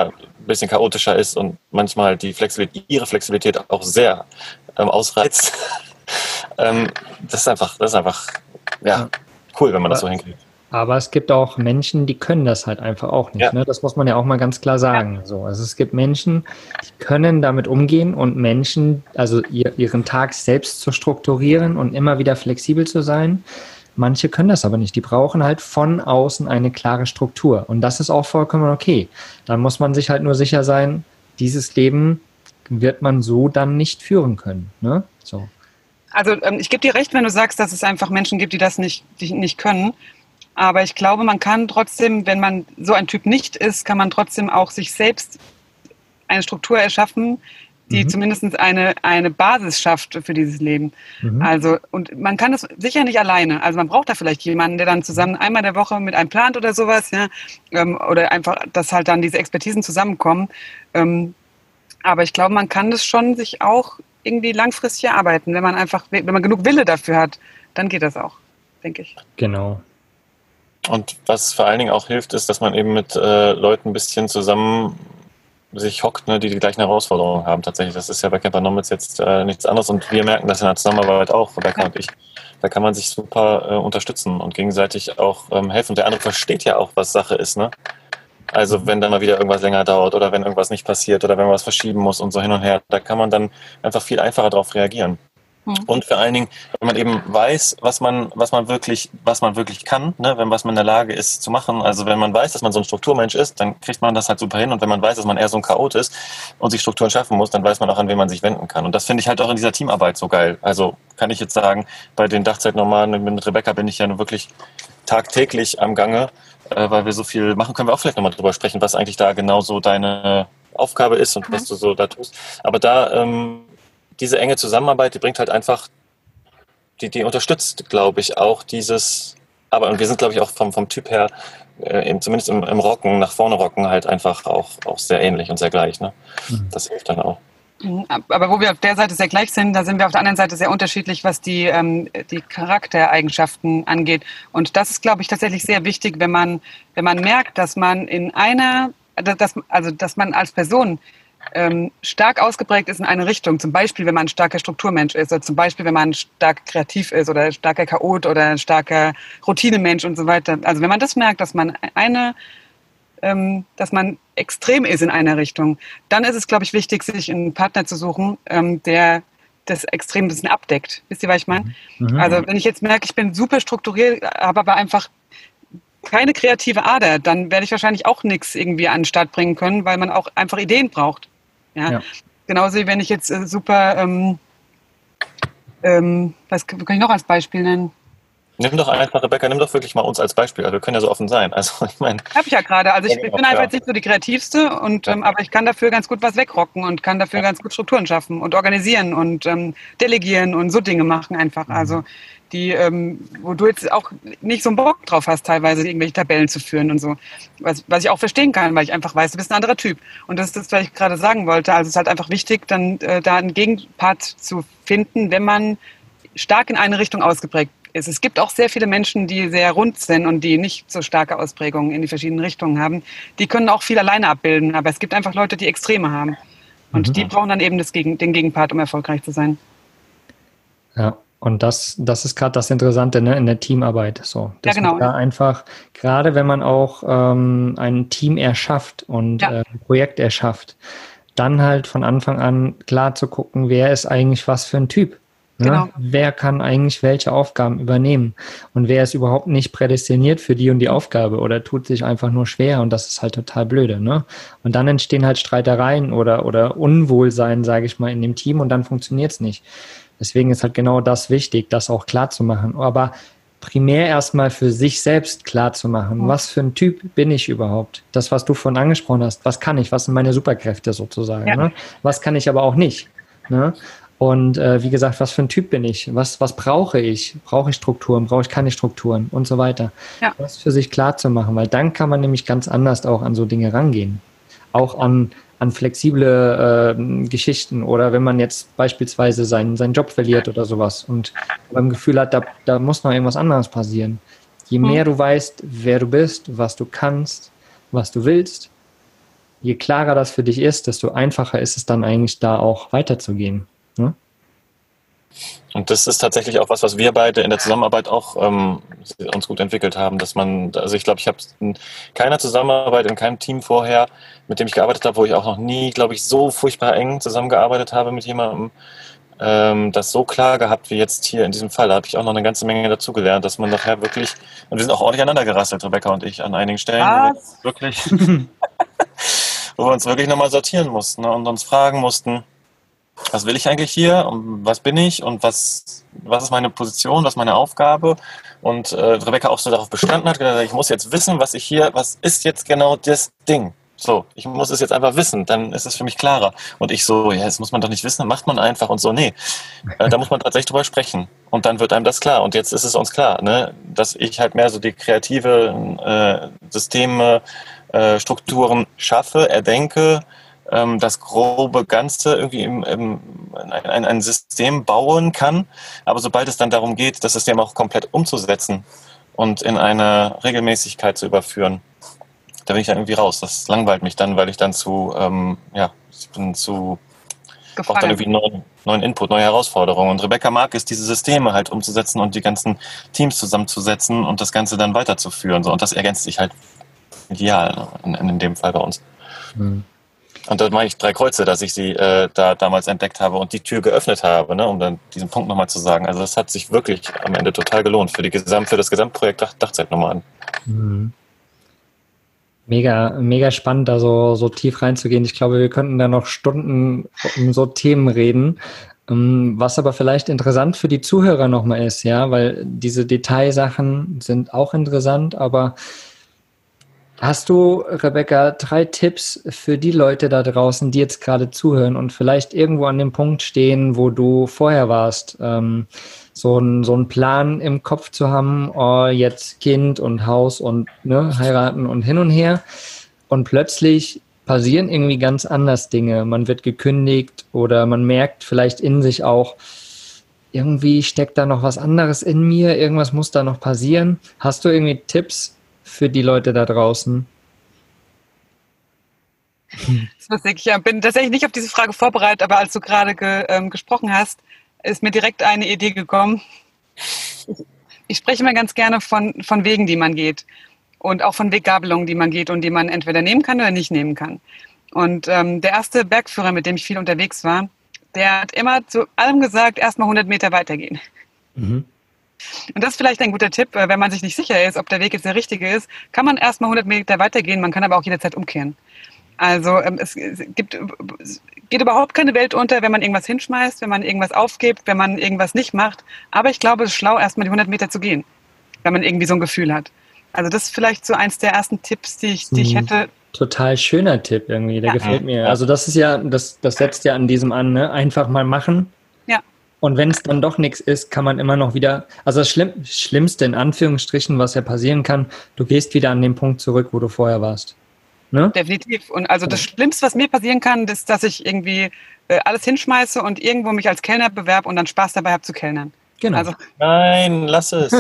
bisschen chaotischer ist und manchmal die Flexibilität, ihre Flexibilität auch sehr ähm, ausreizt. ähm, das ist einfach, das ist einfach ja, cool, wenn man das so hinkriegt. Aber es gibt auch Menschen, die können das halt einfach auch nicht. Ja. Ne? Das muss man ja auch mal ganz klar sagen. Ja. So, also es gibt Menschen, die können damit umgehen und Menschen, also ihr, ihren Tag selbst zu strukturieren und immer wieder flexibel zu sein. Manche können das aber nicht. Die brauchen halt von außen eine klare Struktur. Und das ist auch vollkommen okay. Dann muss man sich halt nur sicher sein, dieses Leben wird man so dann nicht führen können. Ne? So. Also ähm, ich gebe dir recht, wenn du sagst, dass es einfach Menschen gibt, die das nicht, die nicht können. Aber ich glaube, man kann trotzdem, wenn man so ein Typ nicht ist, kann man trotzdem auch sich selbst eine Struktur erschaffen, die mhm. zumindest eine, eine Basis schafft für dieses Leben. Mhm. Also, und man kann das sicher nicht alleine. Also man braucht da vielleicht jemanden, der dann zusammen einmal der Woche mit einem plant oder sowas, ja, ähm, oder einfach, dass halt dann diese Expertisen zusammenkommen. Ähm, aber ich glaube, man kann das schon sich auch irgendwie langfristig erarbeiten. Wenn man einfach, wenn man genug Wille dafür hat, dann geht das auch, denke ich. Genau. Und was vor allen Dingen auch hilft, ist, dass man eben mit äh, Leuten ein bisschen zusammen sich hockt, ne, die die gleichen Herausforderungen haben. Tatsächlich, das ist ja bei Camper Nomads jetzt äh, nichts anderes und wir merken das in der Zusammenarbeit auch, Rebecca ja. und ich. Da kann man sich super äh, unterstützen und gegenseitig auch ähm, helfen. Und der andere versteht ja auch, was Sache ist, ne? Also wenn dann mal wieder irgendwas länger dauert oder wenn irgendwas nicht passiert oder wenn man was verschieben muss und so hin und her, da kann man dann einfach viel einfacher darauf reagieren. Und vor allen Dingen, wenn man eben weiß, was man, was man wirklich, was man wirklich kann, ne, wenn was man in der Lage ist zu machen. Also wenn man weiß, dass man so ein Strukturmensch ist, dann kriegt man das halt super hin. Und wenn man weiß, dass man eher so ein Chaot ist und sich Strukturen schaffen muss, dann weiß man auch, an wen man sich wenden kann. Und das finde ich halt auch in dieser Teamarbeit so geil. Also kann ich jetzt sagen, bei den Dachzeitnomaden mit Rebecca bin ich ja wirklich tagtäglich am Gange, äh, weil wir so viel machen. Können wir auch vielleicht nochmal drüber sprechen, was eigentlich da genau so deine Aufgabe ist und mhm. was du so da tust. Aber da ähm, diese enge Zusammenarbeit, die bringt halt einfach, die, die unterstützt, glaube ich, auch dieses, aber und wir sind, glaube ich, auch vom, vom Typ her, äh, eben zumindest im, im Rocken, nach vorne rocken, halt einfach auch, auch sehr ähnlich und sehr gleich. Ne? Mhm. Das hilft dann auch. Aber wo wir auf der Seite sehr gleich sind, da sind wir auf der anderen Seite sehr unterschiedlich, was die, ähm, die Charaktereigenschaften angeht. Und das ist, glaube ich, tatsächlich sehr wichtig, wenn man, wenn man merkt, dass man in einer, dass, also dass man als Person Ähm, stark ausgeprägt ist in eine Richtung. Zum Beispiel, wenn man ein starker Strukturmensch ist oder zum Beispiel, wenn man stark kreativ ist oder ein starker Chaot oder ein starker Routinemensch und so weiter. Also wenn man das merkt, dass man eine, ähm, dass man extrem ist in einer Richtung, dann ist es, glaube ich, wichtig, sich einen Partner zu suchen, ähm, der das extrem ein bisschen abdeckt. Wisst ihr, was ich meine? Mhm. Also wenn ich jetzt merke, ich bin super strukturiert, habe aber einfach keine kreative Ader, dann werde ich wahrscheinlich auch nichts irgendwie an den Start bringen können, weil man auch einfach Ideen braucht. Ja? Ja. Genauso wie wenn ich jetzt äh, super, ähm, ähm, was kann ich noch als Beispiel nennen? Nimm doch einfach, Rebecca, nimm doch wirklich mal uns als Beispiel. Also wir können ja so offen sein. Also ich meine, habe ich ja gerade. Also ich, ich bin einfach jetzt nicht so die kreativste, und ähm, aber ich kann dafür ganz gut was wegrocken und kann dafür ja. ganz gut Strukturen schaffen und organisieren und ähm, delegieren und so Dinge machen einfach. Mhm. Also die, ähm, wo du jetzt auch nicht so einen Bock drauf hast, teilweise irgendwelche Tabellen zu führen und so. Was, was ich auch verstehen kann, weil ich einfach weiß, du bist ein anderer Typ. Und das ist das, was ich gerade sagen wollte. Also es ist halt einfach wichtig, dann äh, da einen Gegenpart zu finden, wenn man stark in eine Richtung ausgeprägt ist. Es gibt auch sehr viele Menschen, die sehr rund sind und die nicht so starke Ausprägungen in die verschiedenen Richtungen haben. Die können auch viel alleine abbilden, aber es gibt einfach Leute, die Extreme haben. Und mhm. die brauchen dann eben das Gegen, den Gegenpart, um erfolgreich zu sein. Ja. Und das, das ist gerade das Interessante, ne, in der Teamarbeit. So, dass ja, genau. man da einfach, gerade wenn man auch ähm, ein Team erschafft und ja. äh, ein Projekt erschafft, dann halt von Anfang an klar zu gucken, wer ist eigentlich was für ein Typ. Ne? Genau. Wer kann eigentlich welche Aufgaben übernehmen? Und wer ist überhaupt nicht prädestiniert für die und die Aufgabe oder tut sich einfach nur schwer, und das ist halt total blöde. Ne? Und dann entstehen halt Streitereien oder, oder Unwohlsein, sage ich mal, in dem Team, und dann funktioniert es nicht. Deswegen ist halt genau das wichtig, das auch klar zu machen. Aber primär erstmal für sich selbst klar zu machen, was für ein Typ bin ich überhaupt? Das, was du vorhin angesprochen hast, was kann ich? Was sind meine Superkräfte sozusagen? Ja. Ne? Was kann ich aber auch nicht? Ne? Und äh, wie gesagt, was für ein Typ bin ich? Was, was brauche ich? Brauche ich Strukturen? Brauche ich keine Strukturen? Und so weiter. Ja. Das für sich klar zu machen, weil dann kann man nämlich ganz anders auch an so Dinge rangehen. Auch an an flexible äh, Geschichten, oder wenn man jetzt beispielsweise seinen, seinen Job verliert oder sowas und beim Gefühl hat, da, da muss noch irgendwas anderes passieren. Je mehr du weißt, wer du bist, was du kannst, was du willst, je klarer das für dich ist, desto einfacher ist es dann eigentlich da auch weiterzugehen. Ne? Und das ist tatsächlich auch was, was wir beide in der Zusammenarbeit auch ähm, uns gut entwickelt haben, dass man, also ich glaube, ich habe in keiner Zusammenarbeit, in keinem Team vorher, mit dem ich gearbeitet habe, wo ich auch noch nie, glaube ich, so furchtbar eng zusammengearbeitet habe mit jemandem, ähm, das so klar gehabt wie jetzt hier in diesem Fall. Da habe ich auch noch eine ganze Menge dazugelernt, dass man nachher wirklich, und wir sind auch ordentlich aneinander gerasselt, Rebecca und ich, an einigen Stellen, wo wir uns wirklich, wo wir uns wirklich nochmal sortieren mussten, ne, und uns fragen mussten, was will ich eigentlich hier und was bin ich und was, was ist meine Position, was ist meine Aufgabe? Und äh, Rebecca auch so darauf bestanden hat, gesagt, ich muss jetzt wissen, was ich hier, was ist jetzt genau das Ding? So, ich muss es jetzt einfach wissen, dann ist es für mich klarer. Und ich so, ja, das muss man doch nicht wissen, macht man einfach und so, nee. Äh, da muss man tatsächlich drüber sprechen und dann wird einem das klar. Und jetzt ist es uns klar, ne, dass ich halt mehr so die kreative äh, Systeme, äh, Strukturen schaffe, erdenke, das grobe Ganze irgendwie im, im, ein, ein System bauen kann. Aber sobald es dann darum geht, das System auch komplett umzusetzen und in eine Regelmäßigkeit zu überführen, da bin ich dann irgendwie raus. Das langweilt mich dann, weil ich dann zu, ähm, ja, ich bin zu, brauche dann irgendwie neuen, neuen Input, neue Herausforderungen. Und Rebecca mag es, diese Systeme halt umzusetzen und die ganzen Teams zusammenzusetzen und das Ganze dann weiterzuführen. So. Und das ergänzt sich halt ideal in, in dem Fall bei uns. Mhm. Und da mache ich drei Kreuze, dass ich sie äh, da damals entdeckt habe und die Tür geöffnet habe, ne, um dann diesen Punkt nochmal zu sagen. Also das hat sich wirklich am Ende total gelohnt für, die Gesamt, für das Gesamtprojekt Dach, Dachzeitnomaden. Mhm. Mega, mega spannend, da so, so tief reinzugehen. Ich glaube, wir könnten da noch Stunden um so Themen reden. Was aber vielleicht interessant für die Zuhörer nochmal ist, ja, weil diese Detailsachen sind auch interessant, aber hast du, Rebecca, drei Tipps für die Leute da draußen, die jetzt gerade zuhören und vielleicht irgendwo an dem Punkt stehen, wo du vorher warst, ähm, so ein, so einen Plan im Kopf zu haben, oh, jetzt Kind und Haus und ne, heiraten und hin und her und plötzlich passieren irgendwie ganz anders Dinge. Man wird gekündigt oder man merkt vielleicht in sich auch, irgendwie steckt da noch was anderes in mir, irgendwas muss da noch passieren. Hast du irgendwie Tipps für die Leute da draußen? Ich ja, bin tatsächlich nicht auf diese Frage vorbereitet, aber als du gerade ge, ähm, gesprochen hast, ist mir direkt eine Idee gekommen. Ich, ich spreche immer ganz gerne von, von Wegen, die man geht und auch von Weggabelungen, die man geht und die man entweder nehmen kann oder nicht nehmen kann. Und ähm, der erste Bergführer, mit dem ich viel unterwegs war, der hat immer zu allem gesagt, erst mal hundert Meter weitergehen. Mhm. Und das ist vielleicht ein guter Tipp, wenn man sich nicht sicher ist, ob der Weg jetzt der richtige ist, kann man erst mal hundert Meter weitergehen, man kann aber auch jederzeit umkehren. Also es gibt, es geht überhaupt keine Welt unter, wenn man irgendwas hinschmeißt, wenn man irgendwas aufgibt, wenn man irgendwas nicht macht. Aber ich glaube, es ist schlau, erst mal die hundert Meter zu gehen, wenn man irgendwie so ein Gefühl hat. Also das ist vielleicht so eins der ersten Tipps, die ich, die ich hätte. Total schöner Tipp irgendwie, der ja. gefällt mir. Also das ist ja, das, das setzt ja an diesem an, ne? Einfach mal machen. Ja. Und wenn es dann doch nichts ist, kann man immer noch wieder, also das Schlimm, Schlimmste in Anführungsstrichen, was ja passieren kann, du gehst wieder an den Punkt zurück, wo du vorher warst. Ne? Definitiv. Und also das Schlimmste, was mir passieren kann, ist, dass ich irgendwie äh, alles hinschmeiße und irgendwo mich als Kellner bewerbe und dann Spaß dabei habe zu kellnern. Genau. Also, Nein, lass es.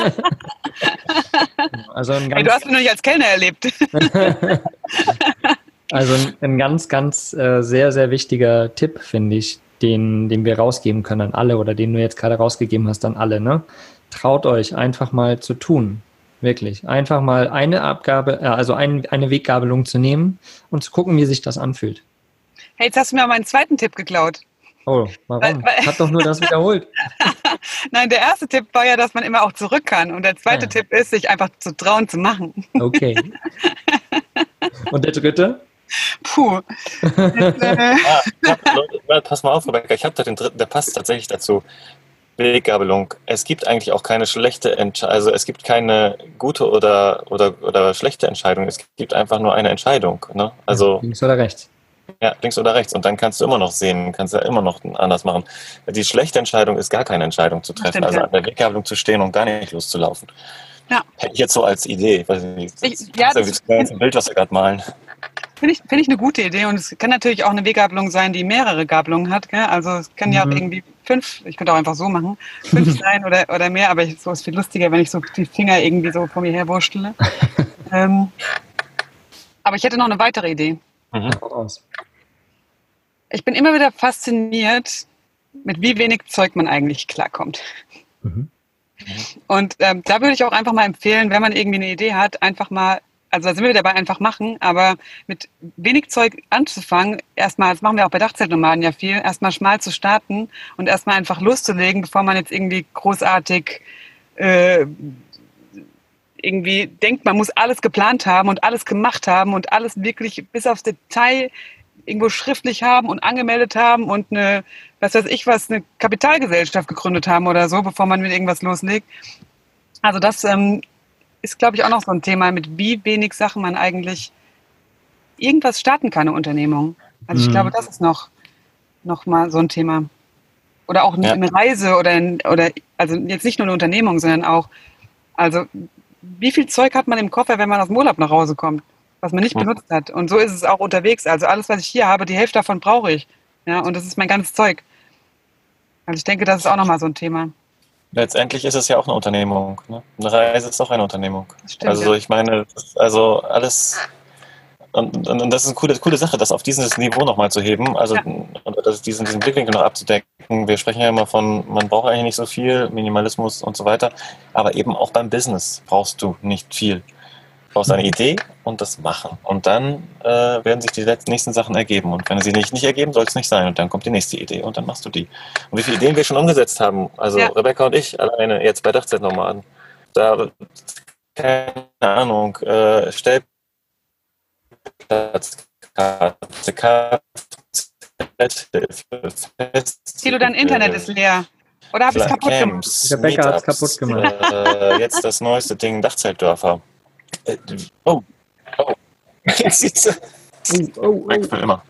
also ein ganz hey, du hast mich noch nicht als Kellner erlebt. Also ein, ein ganz, ganz äh, sehr, sehr wichtiger Tipp, finde ich, den, den wir rausgeben können an alle oder den du jetzt gerade rausgegeben hast an alle. Ne? Traut euch einfach mal zu tun. Wirklich. Einfach mal eine Abgabe, also ein, eine Weggabelung zu nehmen und zu gucken, wie sich das anfühlt. Hey, jetzt hast du mir meinen zweiten Tipp geklaut. Oh, warum? Weil, weil ich habe doch nur das wiederholt. Nein, der erste Tipp war ja, dass man immer auch zurück kann. Und der zweite ja. Tipp ist, sich einfach zu trauen zu machen. Okay. Und der dritte? Puh. Jetzt, äh ah, hab, Leute, pass mal auf, Rebecca, ich habe da den dritten, der passt tatsächlich dazu. Weggabelung. Es gibt eigentlich auch keine schlechte Entscheidung, also es gibt keine gute oder, oder, oder schlechte Entscheidung, es gibt einfach nur eine Entscheidung. Ne? Also, links oder rechts. Ja, links oder rechts. Und dann kannst du immer noch sehen, kannst ja immer noch anders machen. Die schlechte Entscheidung ist gar keine Entscheidung zu treffen, also an der Weggabelung zu stehen und gar nicht loszulaufen. Ja. Hätte ich jetzt so als Idee. Ich weiß nicht, das ich, ja, das ist ein Bild, was wir gerade malen. Finde ich, find ich eine gute Idee und es kann natürlich auch eine Weggabelung sein, die mehrere Gabelungen hat. Gell? Also es können mhm. ja auch irgendwie fünf, ich könnte auch einfach so machen, fünf sein oder, oder mehr, aber ich, so ist viel lustiger, wenn ich so die Finger irgendwie so vor mir her wurstele. ähm, aber ich hätte noch eine weitere Idee. Mhm. Aus. Ich bin immer wieder fasziniert, mit wie wenig Zeug man eigentlich klarkommt. Mhm. Und ähm, da würde ich auch einfach mal empfehlen, wenn man irgendwie eine Idee hat, einfach mal, also da sind wir wieder bei einfach machen, aber mit wenig Zeug anzufangen, erstmal, das machen wir auch bei Dachzeltnomaden ja viel, erstmal schmal zu starten und erstmal einfach loszulegen, bevor man jetzt irgendwie großartig äh, irgendwie denkt, man muss alles geplant haben und alles gemacht haben und alles wirklich bis aufs Detail irgendwo schriftlich haben und angemeldet haben und eine, was weiß ich was, eine Kapitalgesellschaft gegründet haben oder so, bevor man mit irgendwas loslegt. Also das ähm, ist, glaube ich, auch noch so ein Thema, mit wie wenig Sachen man eigentlich irgendwas starten kann, eine Unternehmung. Also ich Mhm. glaube, das ist noch, noch mal so ein Thema. Oder auch Ja. eine Reise oder, ein, oder also jetzt nicht nur eine Unternehmung, sondern auch, also wie viel Zeug hat man im Koffer, wenn man aus dem Urlaub nach Hause kommt, was man nicht Mhm. benutzt hat. Und so ist es auch unterwegs. Also alles, was ich hier habe, die Hälfte davon brauche ich. Ja, und das ist mein ganzes Zeug. Also ich denke, das ist auch nochmal so ein Thema. Letztendlich ist es ja auch eine Unternehmung. Ne? Eine Reise ist auch eine Unternehmung. Das stimmt, Also ja. ich meine, das ist also alles, und, und, und das ist eine coole, coole Sache, das auf dieses Niveau nochmal zu heben, also Ja. und das, diesen, diesen Blickwinkel noch abzudecken. Wir sprechen ja immer von, man braucht eigentlich nicht so viel, Minimalismus und so weiter, aber eben auch beim Business brauchst du nicht viel. Du brauchst eine Idee und das Machen. Und dann äh, werden sich die letzten, nächsten Sachen ergeben. Und wenn sie sich nicht ergeben, soll es nicht sein. Und dann kommt die nächste Idee und dann machst du die. Und wie viele Ideen wir schon umgesetzt haben, also Ja. Rebecca und ich alleine jetzt bei Dachzeltnomaden, da, keine Ahnung, äh, Stellplatzkarte, Karte, Tilo, dein Internet ist leer. Oder habe ich es kaputt gemacht? Camps, Rebecca hat's Meetups, kaputt gemacht. Äh, jetzt das neueste Ding, Dachzeltdörfer. Äh, oh, oh. Jetzt sieht's Oh, oh, weg oh. für immer.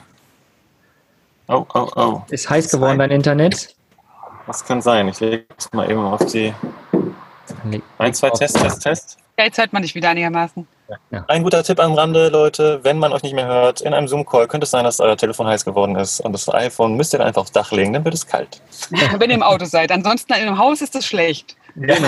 Oh, oh, oh. Ist heiß geworden, dein Internet? Was kann sein? Ich lege es mal eben auf die ein, zwei Test, Test, Test. Ja, jetzt hört man dich wieder einigermaßen. Ein guter Tipp am Rande, Leute, wenn man euch nicht mehr hört, in einem Zoom-Call könnte es sein, dass euer Telefon heiß geworden ist und das iPhone müsst ihr dann einfach aufs Dach legen, dann wird es kalt. Wenn ihr im Auto seid. Ansonsten in einem Haus ist das schlecht.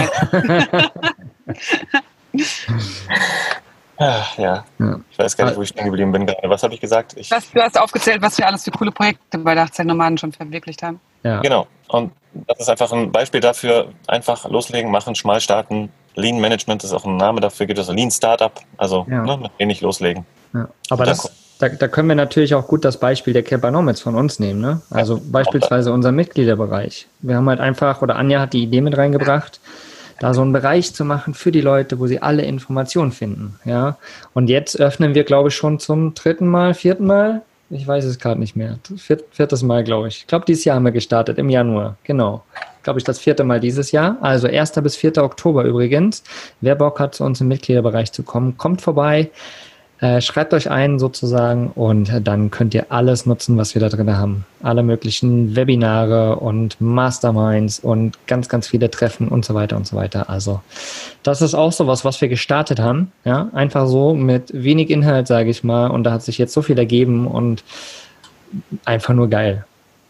Ah, ja. Ja. Ich weiß gar nicht, wo ich stehen geblieben bin gerade. Was habe ich gesagt? Ich, Das, du hast aufgezählt, was wir alles für coole Projekte bei der Dachzeltnomaden schon verwirklicht haben. Ja. Genau. Und das ist einfach ein Beispiel dafür, einfach loslegen, machen, schmal starten. Lean Management ist auch ein Name dafür, gibt es Lean Startup, also Ja. ne, mit wenig loslegen. Ja. Aber Und dann das, da, da können wir natürlich auch gut das Beispiel der Camper Nomads von uns nehmen. Ne? Also beispielsweise unser Mitgliederbereich. Wir haben halt einfach, oder Anja hat die Idee mit reingebracht, da so einen Bereich zu machen für die Leute, wo sie alle Informationen finden. Ja? Und jetzt öffnen wir, glaube ich, schon zum dritten Mal, vierten Mal. Ich weiß es gerade nicht mehr. Viert, viertes Mal, glaube ich. Ich glaube, dieses Jahr haben wir gestartet, im Januar. Genau. Glaube ich, das vierte Mal dieses Jahr. Also erster bis vierter Oktober übrigens. Wer Bock hat, zu uns im Mitgliederbereich zu kommen, kommt vorbei. Äh, schreibt euch ein sozusagen und dann könnt ihr alles nutzen, was wir da drin haben. Alle möglichen Webinare und Masterminds und ganz, ganz viele Treffen und so weiter und so weiter. Also das ist auch sowas, was wir gestartet haben. Ja, einfach so mit wenig Inhalt, sage ich mal. Und da hat sich jetzt so viel ergeben und einfach nur geil.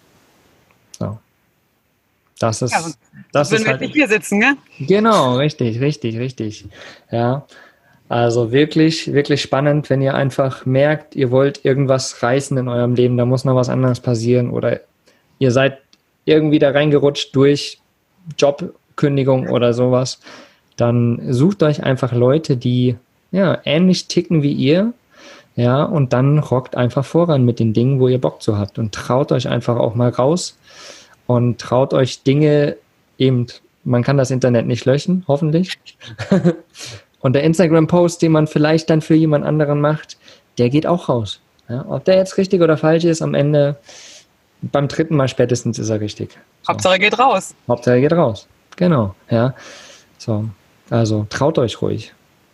So. Das ist, Ja, sonst halt das Würden ist wir halt, jetzt nicht hier sitzen, ne? genau, richtig, richtig, richtig. Ja. Also wirklich, wirklich spannend, wenn ihr einfach merkt, ihr wollt irgendwas reißen in eurem Leben, da muss noch was anderes passieren oder ihr seid irgendwie da reingerutscht durch Jobkündigung oder sowas, dann sucht euch einfach Leute, die ja ähnlich ticken wie ihr, ja, und dann rockt einfach voran mit den Dingen, wo ihr Bock zu habt und traut euch einfach auch mal raus und traut euch Dinge eben, man kann das Internet nicht löschen, hoffentlich. Und der Instagram-Post, den man vielleicht dann für jemand anderen macht, der geht auch raus. Ja, ob der jetzt richtig oder falsch ist, am Ende, beim dritten Mal spätestens ist er richtig. So. Hauptsache er geht raus. Hauptsache er geht raus. Genau. Ja. So. Also traut euch ruhig.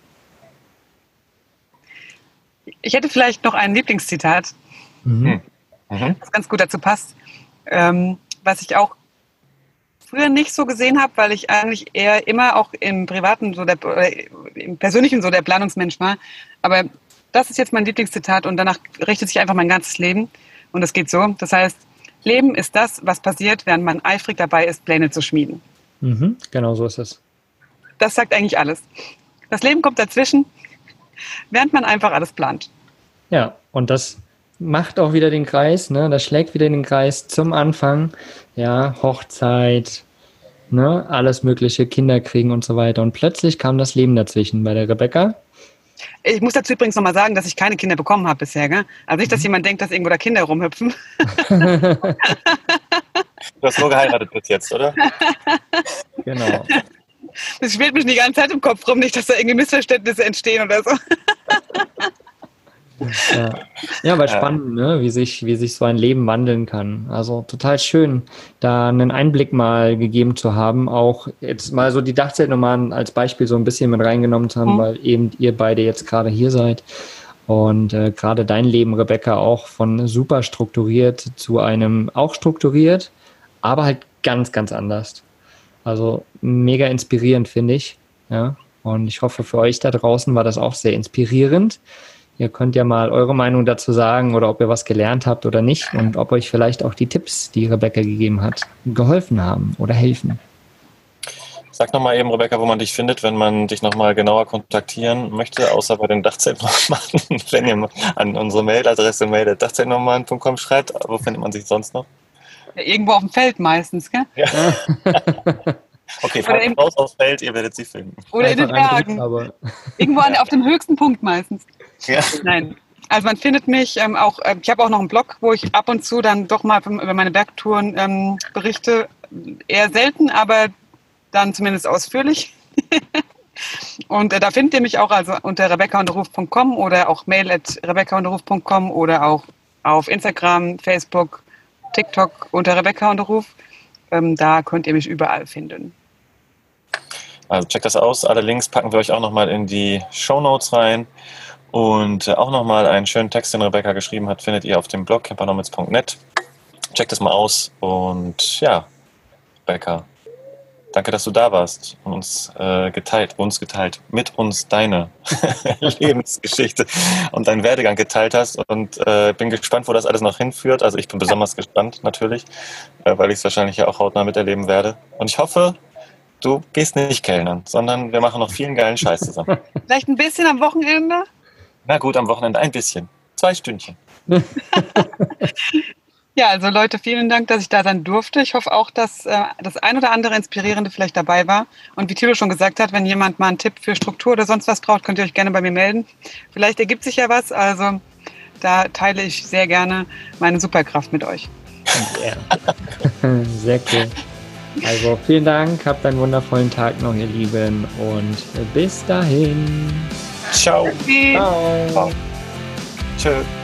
Ich hätte vielleicht noch ein Lieblingszitat, Mhm. Mhm. das ganz gut dazu passt, ähm, was ich auch früher nicht so gesehen habe, weil ich eigentlich eher immer auch im Privaten, so der, oder im Persönlichen so der Planungsmensch war. Aber das ist jetzt mein Lieblingszitat und danach richtet sich einfach mein ganzes Leben. Und das geht so. Das heißt, Leben ist das, was passiert, während man eifrig dabei ist, Pläne zu schmieden. Mhm. Genau so ist es. Das sagt eigentlich alles. Das Leben kommt dazwischen, während man einfach alles plant. Ja, und das macht auch wieder den Kreis, ne? Das schlägt wieder den Kreis zum Anfang. Ja, Hochzeit, ne? Alles mögliche, Kinder kriegen und so weiter. Und plötzlich kam das Leben dazwischen bei der Rebecca. Ich muss dazu übrigens nochmal sagen, dass ich keine Kinder bekommen habe bisher. Gell? Also nicht, dass mhm. jemand denkt, dass irgendwo da Kinder rumhüpfen. Du hast nur geheiratet bis jetzt, oder? Genau. Das spielt mich die ganze Zeit im Kopf rum, nicht, dass da irgendwie Missverständnisse entstehen oder so. Ja, ja, aber spannend, ne? wie sich, wie sich so ein Leben wandeln kann. Also total schön, da einen Einblick mal gegeben zu haben, auch jetzt mal so die Dachzeltnummern als Beispiel so ein bisschen mit reingenommen zu haben, mhm. weil eben ihr beide jetzt gerade hier seid und äh, gerade dein Leben, Rebecca, auch von super strukturiert zu einem auch strukturiert, aber halt ganz, ganz anders. Also mega inspirierend, finde ich. Ja? Und ich hoffe, für euch da draußen war das auch sehr inspirierend. Ihr könnt ja mal eure Meinung dazu sagen oder ob ihr was gelernt habt oder nicht und ob euch vielleicht auch die Tipps, die Rebecca gegeben hat, geholfen haben oder helfen. Sag nochmal eben, Rebecca, wo man dich findet, wenn man dich nochmal genauer kontaktieren möchte, außer bei den Dachzeltnummern. Wenn ihr an unsere Mailadresse mail at dachzeltnummern punkt com schreibt, wo findet man sich sonst noch? Ja, irgendwo auf dem Feld meistens, gell? Ja. Okay, fahrt raus aufs Feld, ihr werdet sie finden. Oder in den Bergen. Aber irgendwo an, auf dem höchsten Punkt meistens. Ja. Nein. Also man findet mich ähm, auch, äh, ich habe auch noch einen Blog, wo ich ab und zu dann doch mal über meine Bergtouren ähm, berichte. Eher selten, aber dann zumindest ausführlich. Und äh, da findet ihr mich auch also unter rebecca und ruf punkt com oder auch mail at rebecca und ruf punkt com oder auch auf Instagram, Facebook, TikTok unter Rebecca und Ruf. Ähm, da könnt ihr mich überall finden. Also checkt das aus. Alle Links packen wir euch auch nochmal in die Shownotes rein. Und auch nochmal einen schönen Text, den Rebecca geschrieben hat, findet ihr auf dem Blog campernomads punkt net. Checkt das mal aus. Und ja, Rebecca, danke, dass du da warst und uns äh, geteilt, uns geteilt, mit uns deine Lebensgeschichte und deinen Werdegang geteilt hast. Und äh, bin gespannt, wo das alles noch hinführt. Also ich bin besonders gespannt natürlich, äh, weil ich es wahrscheinlich ja auch hautnah miterleben werde. Und ich hoffe, du gehst nicht kellnern, sondern wir machen noch vielen geilen Scheiß zusammen. Vielleicht ein bisschen am Wochenende? Na gut, am Wochenende ein bisschen. Zwei Stündchen. Ja, also Leute, vielen Dank, dass ich da sein durfte. Ich hoffe auch, dass äh, das ein oder andere Inspirierende vielleicht dabei war. Und wie Thilo schon gesagt hat, wenn jemand mal einen Tipp für Struktur oder sonst was braucht, könnt ihr euch gerne bei mir melden. Vielleicht ergibt sich ja was. Also da teile ich sehr gerne meine Superkraft mit euch. Ja. Sehr cool. Also vielen Dank, habt einen wundervollen Tag noch, ihr Lieben. Und bis dahin. Ciao. Ciao. Ciao. Tschö.